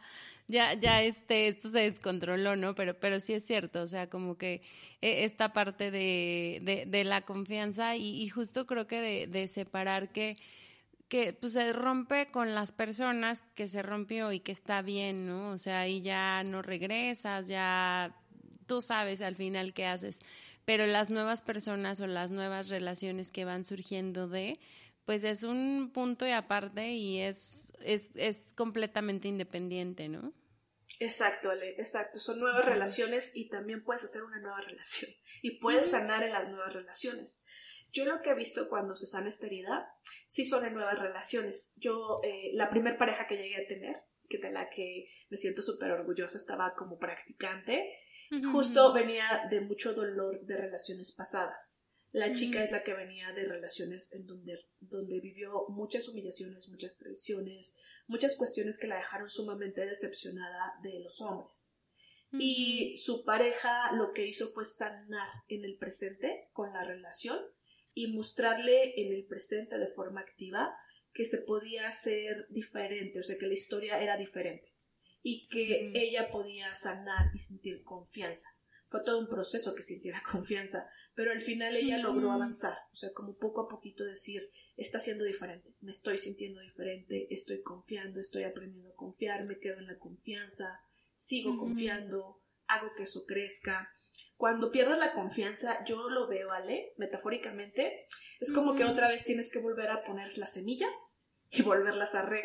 esto se descontroló, ¿no? Pero sí es cierto, o sea, como que esta parte de la confianza y justo creo que de separar que pues se rompe con las personas que se rompió y que está bien, ¿no? O sea, ahí ya no regresas, ya tú sabes al final qué haces. Pero las nuevas personas o las nuevas relaciones que van surgiendo pues es un punto y aparte y es completamente independiente, ¿no? Exacto, Ale, exacto. Son nuevas relaciones y también puedes hacer una nueva relación y puedes sanar en las nuevas relaciones. Yo lo que he visto cuando se sana esta herida, sí son en nuevas relaciones. Yo, la primer pareja que llegué a tener, que de la que me siento súper orgullosa, estaba como practicante, justo venía de mucho dolor de relaciones pasadas. La chica es la que venía de relaciones en donde vivió muchas humillaciones, muchas traiciones, muchas cuestiones que la dejaron sumamente decepcionada de los hombres. Y su pareja lo que hizo fue sanar en el presente con la relación y mostrarle en el presente de forma activa que se podía hacer diferente, o sea, que la historia era diferente y que ella podía sanar y sentir confianza. Fue todo un proceso que sintiera confianza, pero al final ella logró avanzar, o sea, como poco a poquito decir, está siendo diferente, me estoy sintiendo diferente, estoy confiando, estoy aprendiendo a confiar, me quedo en la confianza, sigo confiando, hago que eso crezca. Cuando pierdes la confianza, yo lo veo, Ale, metafóricamente, es como que otra vez tienes que volver a poner las semillas y volverlas a regar.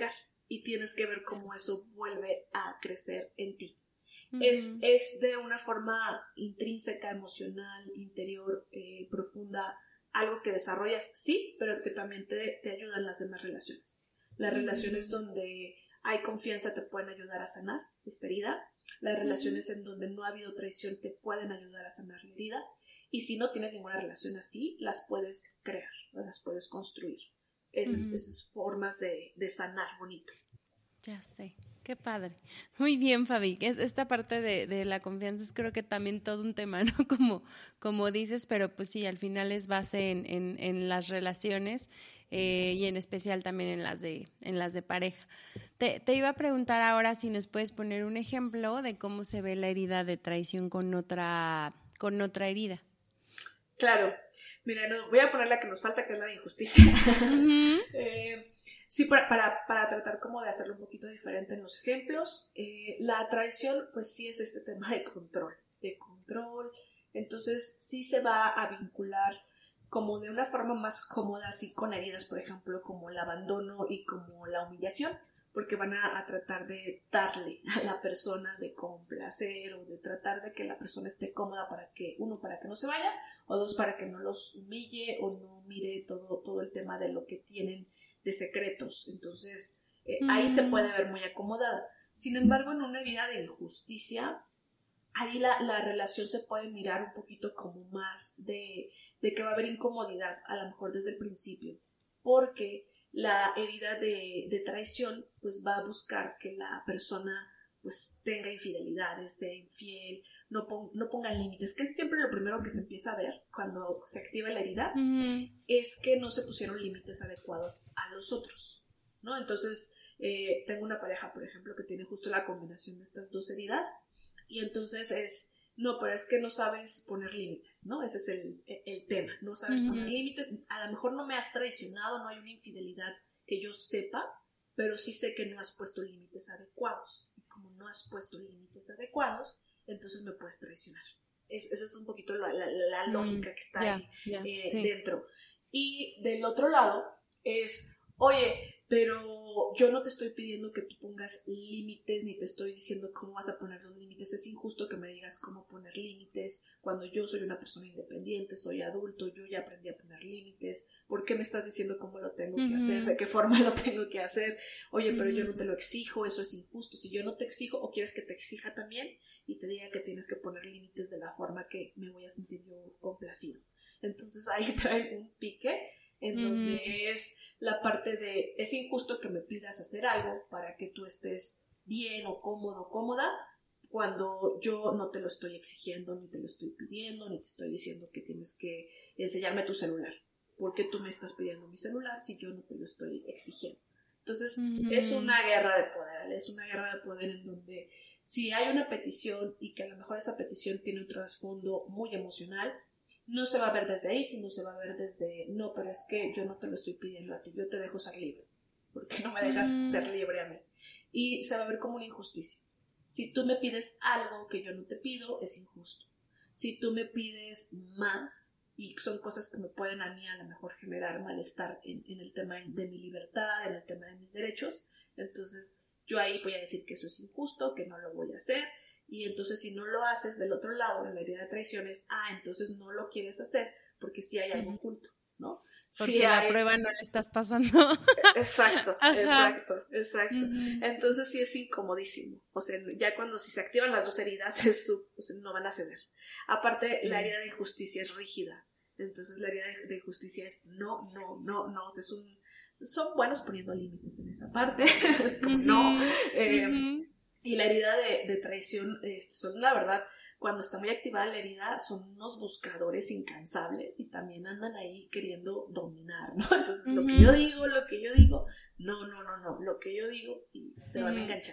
y tienes que ver cómo eso vuelve a crecer en ti. Uh-huh. Es de una forma intrínseca, emocional, interior, profunda, algo que desarrollas, sí, pero que también te ayudan las demás relaciones. Las relaciones donde hay confianza te pueden ayudar a sanar esta herida. Las relaciones en donde no ha habido traición te pueden ayudar a sanar la herida. Y si no tienes ninguna relación así, las puedes crear, las puedes construir. Esas formas de sanar bonito. Ya sé, qué padre. Muy bien, Fabi. Esta parte de la confianza es creo que también todo un tema, ¿no? Como dices, pero pues sí, al final es base en las relaciones y en especial también en las de pareja. Te iba a preguntar ahora si nos puedes poner un ejemplo de cómo se ve la herida de traición con otra herida. Claro. Mira, voy a poner la que nos falta, que es la de injusticia. Uh-huh. Sí, para tratar como de hacerlo un poquito diferente en los ejemplos. La traición, pues sí es este tema de control. Entonces sí se va a vincular como de una forma más cómoda, así con heridas, por ejemplo, como el abandono y como la humillación, porque van a tratar de darle a la persona, de complacer o de tratar de que la persona esté cómoda para que no se vaya, o dos, para que no los humille o no mire todo el tema de lo que tienen de secretos. Entonces ahí se puede ver muy acomodada. Sin embargo, en una herida de injusticia, ahí la relación se puede mirar un poquito como más de que va a haber incomodidad, a lo mejor desde el principio, porque la herida de traición pues va a buscar que la persona pues tenga infidelidades, sea infiel, no ponga límites, que es siempre lo primero que se empieza a ver cuando se activa la herida, es que no se pusieron límites adecuados a los otros, ¿no? Entonces tengo una pareja, por ejemplo, que tiene justo la combinación de estas dos heridas, y entonces pero es que no sabes poner límites, ¿no? Ese es el tema, no sabes poner límites, a lo mejor no me has traicionado, no hay una infidelidad que yo sepa, pero sí sé que no has puesto límites adecuados, y como no has puesto límites adecuados, entonces me puedes traicionar. Esa es un poquito la lógica que está ahí dentro. Y del otro lado es, oye, pero yo no te estoy pidiendo que tú pongas límites, ni te estoy diciendo cómo vas a poner los límites. Es injusto que me digas cómo poner límites cuando yo soy una persona independiente, soy adulto, yo ya aprendí a poner límites. ¿Por qué me estás diciendo cómo lo tengo que hacer? ¿De qué forma lo tengo que hacer? Oye, pero yo no te lo exijo, eso es injusto. Si yo no te exijo, o quieres que te exija también y te diga que tienes que poner límites de la forma que me voy a sentir yo complacido. Entonces ahí traen un pique en donde es la parte de, es injusto que me pidas hacer algo para que tú estés bien o cómodo o cómoda, cuando yo no te lo estoy exigiendo, ni te lo estoy pidiendo, ni te estoy diciendo que tienes que enseñarme tu celular. ¿Por qué tú me estás pidiendo mi celular si yo no te lo estoy exigiendo? Entonces es una guerra de poder, en donde si hay una petición y que a lo mejor esa petición tiene un trasfondo muy emocional, no se va a ver desde ahí, sino se va a ver desde, no, pero es que yo no te lo estoy pidiendo a ti, yo te dejo ser libre, ¿por qué no me dejas ser libre a mí? Y se va a ver como una injusticia. Si tú me pides algo que yo no te pido, es injusto. Si tú me pides más, y son cosas que me pueden a mí a lo mejor generar malestar en el tema de mi libertad, en el tema de mis derechos, entonces yo ahí voy a decir que eso es injusto, que no lo voy a hacer. Y entonces si no lo haces del otro lado, en la herida de traiciones, entonces no lo quieres hacer porque sí hay algo oculto, ¿no? Porque sí la prueba no le estás pasando. Exacto. Entonces sí es incomodísimo. O sea, ya si se activan las dos heridas, no van a ceder. Aparte, la herida de injusticia es rígida. Entonces la herida de injusticia es no. O sea, son buenos poniendo límites en esa parte. Es como no. Y la herida de traición son, la verdad, cuando está muy activada la herida, son unos buscadores incansables y también andan ahí queriendo dominar, ¿no? Entonces, lo que yo digo, no, lo que yo digo, y se van a enganchar.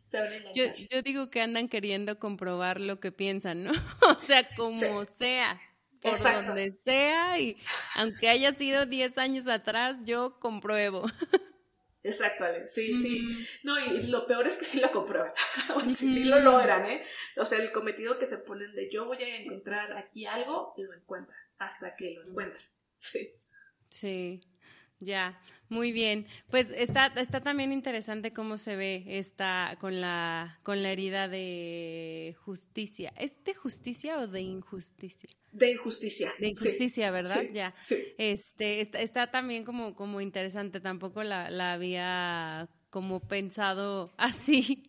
Yo digo que andan queriendo comprobar lo que piensan, ¿no? O sea, como sea, por donde sea, y aunque haya sido 10 años atrás, yo compruebo. Exacto, Ale. Sí. No, y lo peor es que sí lo comprueban. sí lo logran, ¿eh? O sea, el cometido que se ponen de yo voy a encontrar aquí algo, lo encuentran, hasta que lo encuentran. Sí. Ya, muy bien. Pues está también interesante cómo se ve esta con la herida de justicia. ¿Es de justicia o de injusticia? De injusticia. De Sí, injusticia, ¿verdad? sí, Ya. sí. Está también como interesante. Tampoco la había como pensado así.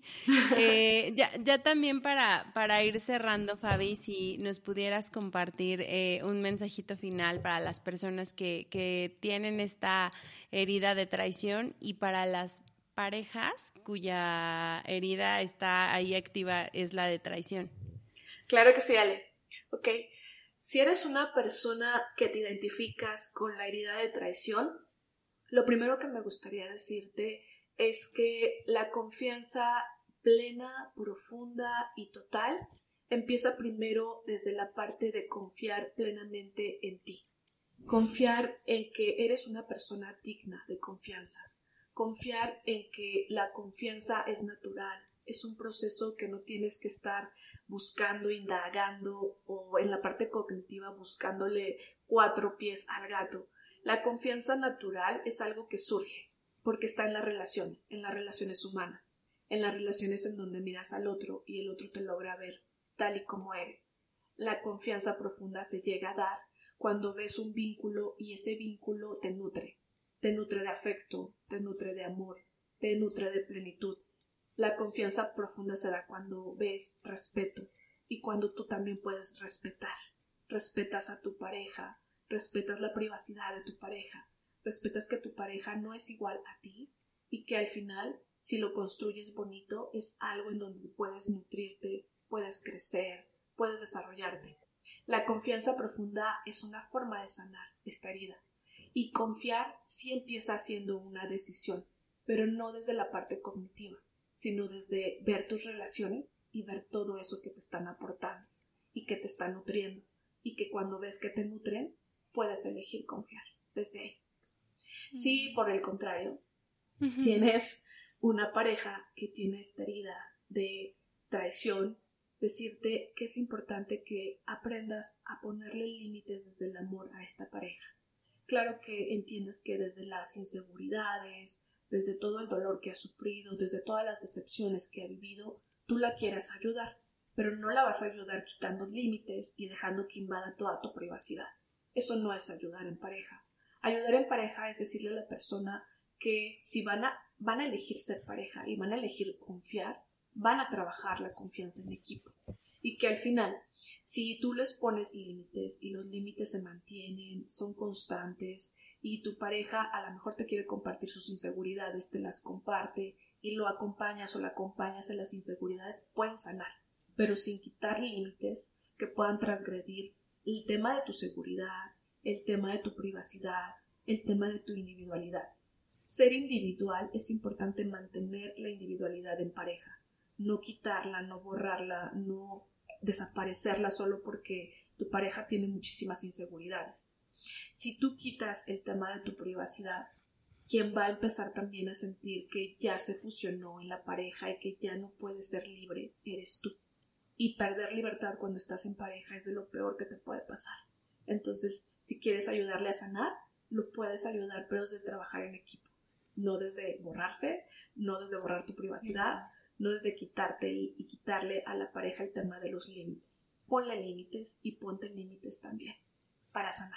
Ya también para ir cerrando, Fabi, si nos pudieras compartir un mensajito final para las personas que tienen esta herida de traición y para las parejas cuya herida está ahí activa es la de traición. Claro que sí, Ale. Ok. Si eres una persona que te identificas con la herida de traición, lo primero que me gustaría decirte es que la confianza plena, profunda y total empieza primero desde la parte de confiar plenamente en ti. Confiar en que eres una persona digna de confianza. Confiar en que la confianza es natural. Es un proceso que no tienes que estar buscando, indagando o en la parte cognitiva buscándole 4 pies al gato. La confianza natural es algo que surge porque está en las relaciones humanas, en las relaciones en donde miras al otro y el otro te logra ver tal y como eres. La confianza profunda se llega a dar cuando ves un vínculo y ese vínculo te nutre de afecto, te nutre de amor, te nutre de plenitud. La confianza profunda se da cuando ves respeto y cuando tú también puedes respetar. Respetas a tu pareja, respetas la privacidad de tu pareja, respetas que tu pareja no es igual a ti y que al final, si lo construyes bonito, es algo en donde puedes nutrirte, puedes crecer, puedes desarrollarte. La confianza profunda es una forma de sanar esta herida. Y confiar sí empieza siendo una decisión, pero no desde la parte cognitiva, sino desde ver tus relaciones y ver todo eso que te están aportando y que te están nutriendo y que cuando ves que te nutren, puedes elegir confiar desde ahí. Si por el contrario tienes una pareja que tiene esta herida de traición, decirte que es importante que aprendas a ponerle límites desde el amor a esta pareja. Claro que entiendes que desde las inseguridades, desde todo el dolor que ha sufrido, desde todas las decepciones que ha vivido, tú la quieres ayudar, pero no la vas a ayudar quitando límites y dejando que invada toda tu privacidad. Eso no es ayudar en pareja. Ayudar en pareja es decirle a la persona que si van a elegir ser pareja y van a elegir confiar, van a trabajar la confianza en equipo. Y que al final, si tú les pones límites y los límites se mantienen, son constantes y tu pareja a lo mejor te quiere compartir sus inseguridades, te las comparte y lo acompañas o la acompañas en las inseguridades, pueden sanar, pero sin quitar límites que puedan transgredir el tema de tu seguridad, el tema de tu privacidad, el tema de tu individualidad. Ser individual es importante mantener la individualidad en pareja, no quitarla, no borrarla, no desaparecerla solo porque tu pareja tiene muchísimas inseguridades. Si tú quitas el tema de tu privacidad, quien va a empezar también a sentir que ya se fusionó en la pareja y que ya no puede ser libre, eres tú. Y perder libertad cuando estás en pareja es de lo peor que te puede pasar. Entonces, si quieres ayudarle a sanar, lo puedes ayudar, pero desde trabajar en equipo. No desde borrarse, no desde borrar tu privacidad, no desde quitarte y quitarle a la pareja el tema de los límites. Ponle límites y ponte límites también para sanar.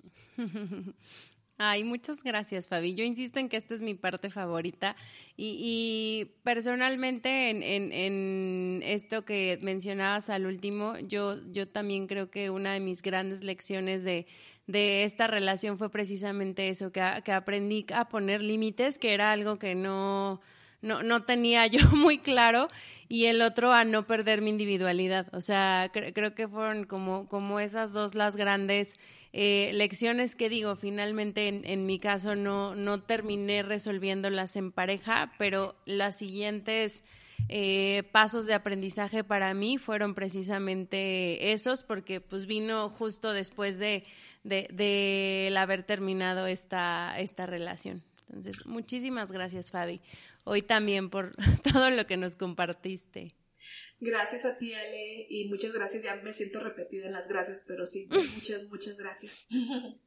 Ay, muchas gracias, Fabi. Yo insisto en que esta es mi parte favorita y personalmente en esto que mencionabas al último, yo también creo que una de mis grandes lecciones de esta relación fue precisamente eso, que aprendí a poner límites, que era algo que no tenía yo muy claro, y el otro a no perder mi individualidad. O sea, creo que fueron como esas dos las grandes lecciones que digo, finalmente en mi caso no terminé resolviéndolas en pareja, pero las siguientes pasos de aprendizaje para mí fueron precisamente esos, porque pues vino justo después de el haber terminado esta relación. Entonces, muchísimas gracias, Fabi. Hoy también por todo lo que nos compartiste. Gracias a ti, Ale, y muchas gracias. Ya me siento repetida en las gracias, pero sí, muchas gracias.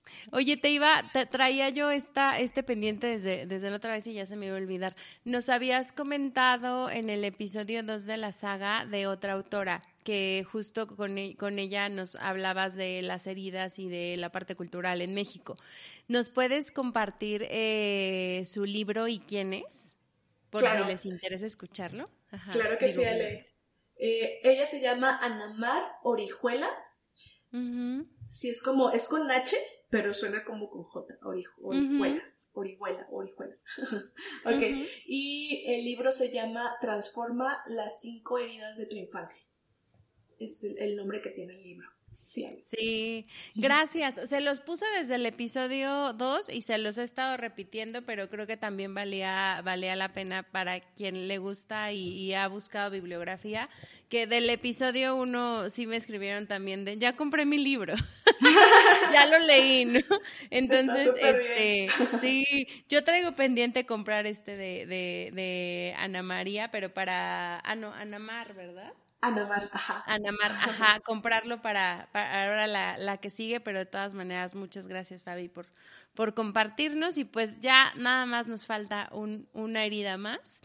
Oye, traía yo este pendiente desde la otra vez y ya se me iba a olvidar. Nos habías comentado en el episodio 2 de la saga de otra autora, que justo con ella nos hablabas de las heridas y de la parte cultural en México. ¿Nos puedes compartir su libro y quién es? Por Claro. si les interesa escucharlo. Ajá, Claro que sí, Ale. Ella se llama Ana Mar Orihuela. Uh-huh. Sí, es con H, pero suena como con J. Orihuela. Orihuela. Ok. Uh-huh. Y el libro se llama Transforma las 5 heridas de tu infancia. Es el nombre que tiene el libro. Sí, Ale. Sí, gracias. Se los puse desde el episodio 2 y se los he estado repitiendo, pero creo que también valía la pena para quien le gusta y ha buscado bibliografía, que del episodio 1 sí me escribieron también de, ya compré mi libro, ya lo leí, ¿no? Entonces, sí, yo traigo pendiente comprar de Ana María, pero Ana Mar, ¿verdad? Ana Mar, ajá. Ana Mar, ajá, comprarlo para ahora la que sigue, pero de todas maneras, muchas gracias, Fabi, por compartirnos, y pues ya nada más nos falta una herida más,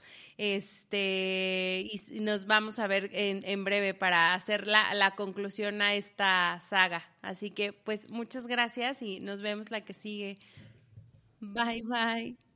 y nos vamos a ver en breve para hacer la conclusión a esta saga. Así que, pues, muchas gracias y nos vemos la que sigue. Bye, bye.